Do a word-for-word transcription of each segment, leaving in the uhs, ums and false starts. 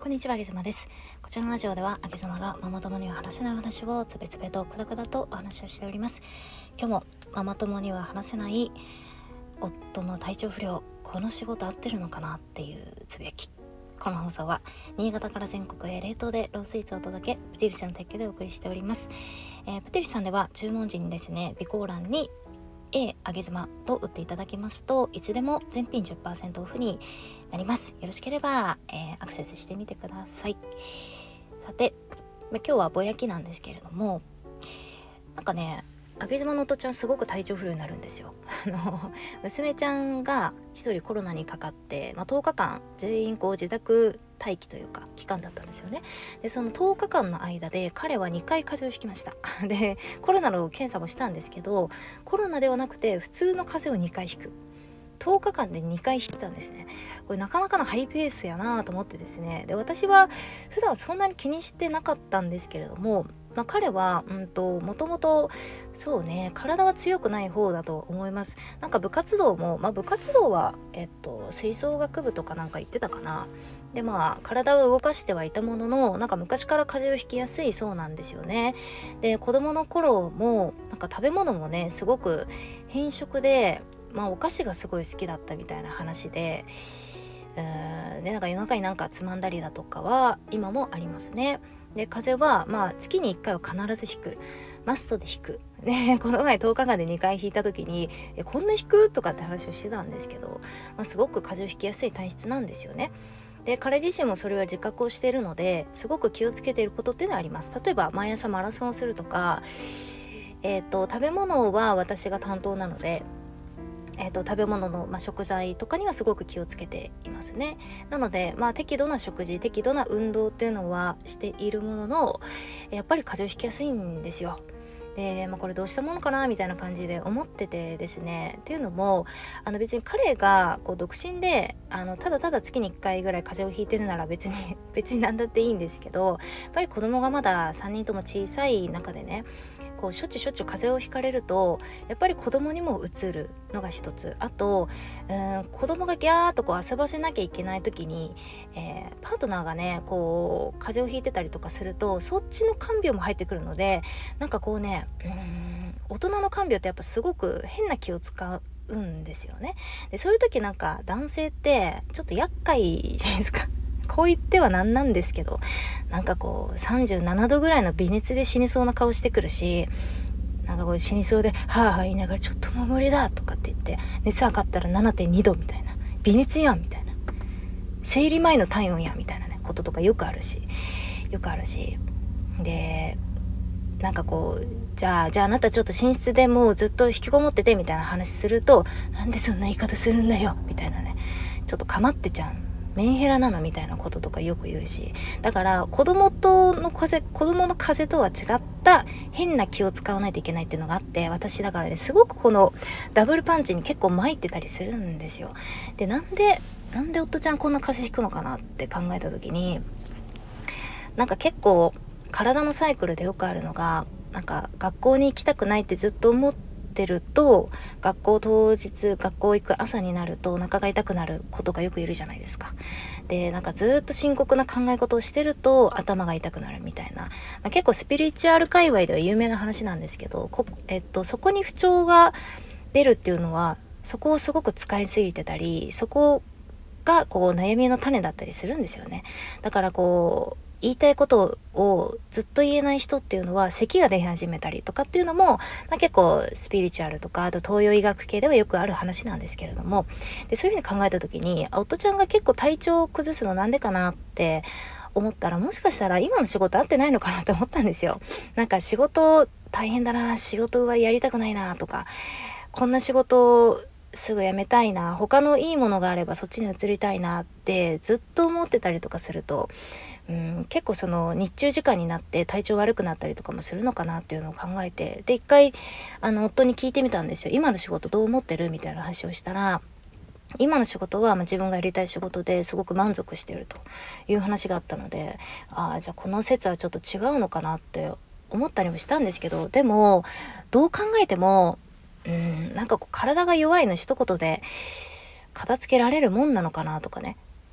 こんにちは、あげずまです。こちらのラジオでは、あげずまがママ友には話せない話をつべつべとくだくだとお話をしております。今日もママ友には話せない夫の体調不良、この仕事合ってるのかなっていうつぶやき。この放送は新潟から全国へ冷凍でロースイーツをお届け、プティリさんの提供でお送りしております。えー、プティリさんでは注文時にですね、備考欄にA あげずまと打っていただきますと、いつでも全品 じゅっパーセント オフになります。よろしければ、えー、アクセスしてみてください。さて、ま今日はぼやきなんですけれども、なんかね、あげずまのおとちゃんすごく体調不良になるんですよ。あの娘ちゃんが一人コロナにかかって、まあ、とおかかん全員こう自宅待機というか期間だったんですよね。でそのとおかかんの間で彼はにかい風邪をひきました。でコロナの検査もしたんですけど、コロナではなくて普通の風邪をにかいひく。とおかかんでにかい引いたんですね。これなかなかのハイペースやなと思ってですね。で私は普段そんなに気にしてなかったんですけれども、まあ、彼はうんともともとそうね、体は強くない方だと思います。なんか部活動も、まあ、部活動はえっと吹奏楽部とかなんか言ってたかな。でまあ体を動かしてはいたものの、なんか昔から風邪をひきやすいそうなんですよね。で子供の頃もなんか食べ物もねすごく偏食で、まあお菓子がすごい好きだったみたいな話で、うーんでなんか夜中になんかつまんだりだとかは今もありますね。で風邪はまあ月にいっかいは必ず引く、マストで引くね。この前とおかかんでにかい引いた時にえこんな引くとかって話をしてたんですけど、まあ、すごく風邪をひきやすい体質なんですよね。で彼自身もそれは自覚をしているので、すごく気をつけていることっていうのはあります。例えば毎朝マラソンをするとか、えーと、食べ物は私が担当なので、えーと、食べ物の、まあ、食材とかにはすごく気をつけていますね。なので、まあ、適度な食事、適度な運動っていうのはしているものの、やっぱり風邪をひきやすいんですよ。で、まあ、これどうしたものかなみたいな感じで思っててですね。っていうのもあの別に彼がこう独身であのただただ月にいっかいぐらい風邪をひいてるなら別に別に何だっていいんですけど、やっぱり子供がまださんにんとも小さい中でね、こうしょっちゅうしょっちゅう風邪をひかれるとやっぱり子供にもうつるのが一つ。あとうん子供がギャーっとこう遊ばせなきゃいけない時に、えー、パートナーがねこう風邪をひいてたりとかするとそっちの看病も入ってくるので、なんかこうねうーん大人の看病ってやっぱすごく変な気を使うんですよね。でそういう時なんか男性ってちょっと厄介じゃないですか。こう言ってはなんなんですけど、なんかこうさんじゅうななどぐらいの微熱で死にそうな顔してくるし、なんかこう死にそうではあはあ言いながらちょっともう無理だとかって言って熱測ったら ななてんに 度みたいな、微熱やんみたいな、生理前の体温やみたいなねこととかよくあるしよくあるしで、なんかこうじゃあじゃああなたちょっと寝室でもうずっと引きこもっててみたいな話すると、なんでそんな言い方するんだよみたいなね、ちょっとかまってちゃう、メンヘラなのみたいなこととかよく言うし、だから子供との風邪子供の風邪とは違った変な気を使わないといけないっていうのがあって、私だからねすごくこのダブルパンチに結構参ってたりするんですよ。でなんでなんで夫ちゃんこんな風邪ひくのかなって考えた時に、なんか結構体のサイクルでよくあるのが、なんか学校に行きたくないってずっと思ってると、学校当日学校行く朝になるとお腹が痛くなることがよくいるじゃないですか。でなんかずっと深刻な考え事をしてると頭が痛くなるみたいな、まあ、結構スピリチュアル界隈では有名な話なんですけど、こ、えっと、そこに不調が出るっていうのはそこをすごく使いすぎてたり、そこがこう悩みの種だったりするんですよね。だからこう言いたいことをずっと言えない人っていうのは咳が出始めたりとかっていうのも、まあ、結構スピリチュアルとかあと東洋医学系ではよくある話なんですけれども、でそういうふうに考えた時に夫ちゃんが結構体調を崩すのなんでかなって思ったら、もしかしたら今の仕事合ってないのかなと思ったんですよ。なんか仕事大変だな、仕事はやりたくないなとか、こんな仕事すぐ辞めたいな、他のいいものがあればそっちに移りたいなってずっと思ってたりとかすると、うん、結構その日中時間になって体調悪くなったりとかもするのかなっていうのを考えて、で一回あの夫に聞いてみたんですよ。今の仕事どう思ってるみたいな話をしたら、今の仕事はまあ自分がやりたい仕事ですごく満足しているという話があったので、ああじゃあこの説はちょっと違うのかなって思ったりもしたんですけど、でもどう考えてもうんなんかこう体が弱いの一言で片付けられるもんなのかなとかね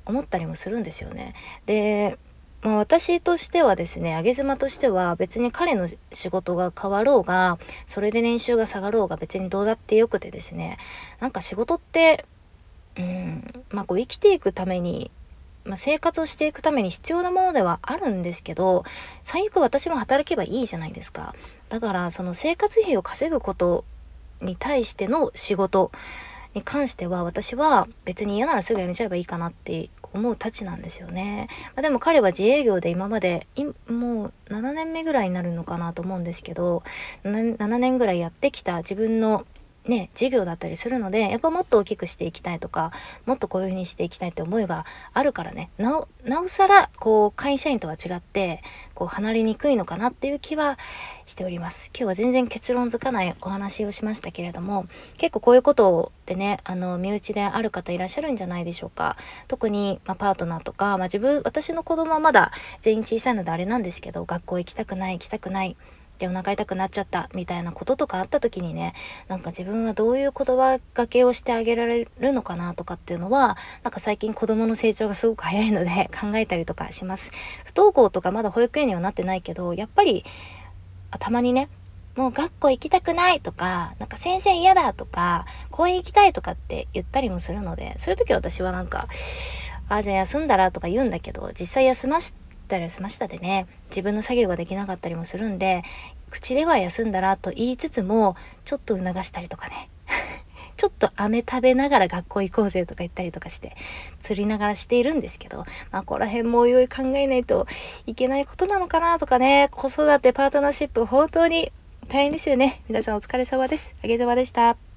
思ったりもするんですよね。で、まあ、私としてはですね、上げ妻としては別に彼の仕事が変わろうが、それで年収が下がろうが別にどうだってよくてですね、なんか仕事ってうんまあこう生きていくために、まあ、生活をしていくために必要なものではあるんですけど、最悪私も働けばいいじゃないですか。だからその生活費を稼ぐことに対しての仕事に関しては、私は別に嫌ならすぐ辞めちゃえばいいかなって思うたちなんですよね。まあ、でも彼は自営業で今までいもうななねんめぐらいになるのかなと思うんですけど、ななねんぐらいやってきた自分のね、事業だったりするので、やっぱもっと大きくしていきたいとか、もっとこういう風にしていきたいって思いがあるからね、なお、なおさら、こう、会社員とは違って、こう、離れにくいのかなっていう気はしております。今日は全然結論づかないお話をしましたけれども、結構こういうことでね、あの、身内である方いらっしゃるんじゃないでしょうか。特に、まあ、パートナーとか、まあ、自分、私の子供はまだ全員小さいのであれなんですけど、学校行きたくない、行きたくない、でお腹痛くなっちゃったみたいなこととかあった時にね、なんか自分はどういう言葉がけをしてあげられるのかなとかっていうのは、なんか最近子供の成長がすごく早いので考えたりとかします。不登校とかまだ保育園にはなってないけど、やっぱりたまにね、もう学校行きたくないとか、なんか先生嫌だとか、公園行きたいとかって言ったりもするので、そういう時は私はなんか、あ、じゃあ休んだらとか言うんだけど、実際休ましたら休ましたでね、自分の作業ができなかったりもするんで、口では休んだらと言いつつも、ちょっと促したりとかね。ちょっと飴食べながら学校行こうぜとか言ったりとかして、釣りながらしているんですけど、まあ、ここら辺もおいおい考えないといけないことなのかなとかね、子育てパートナーシップ本当に大変ですよね。皆さんお疲れ様です。あげざわでした。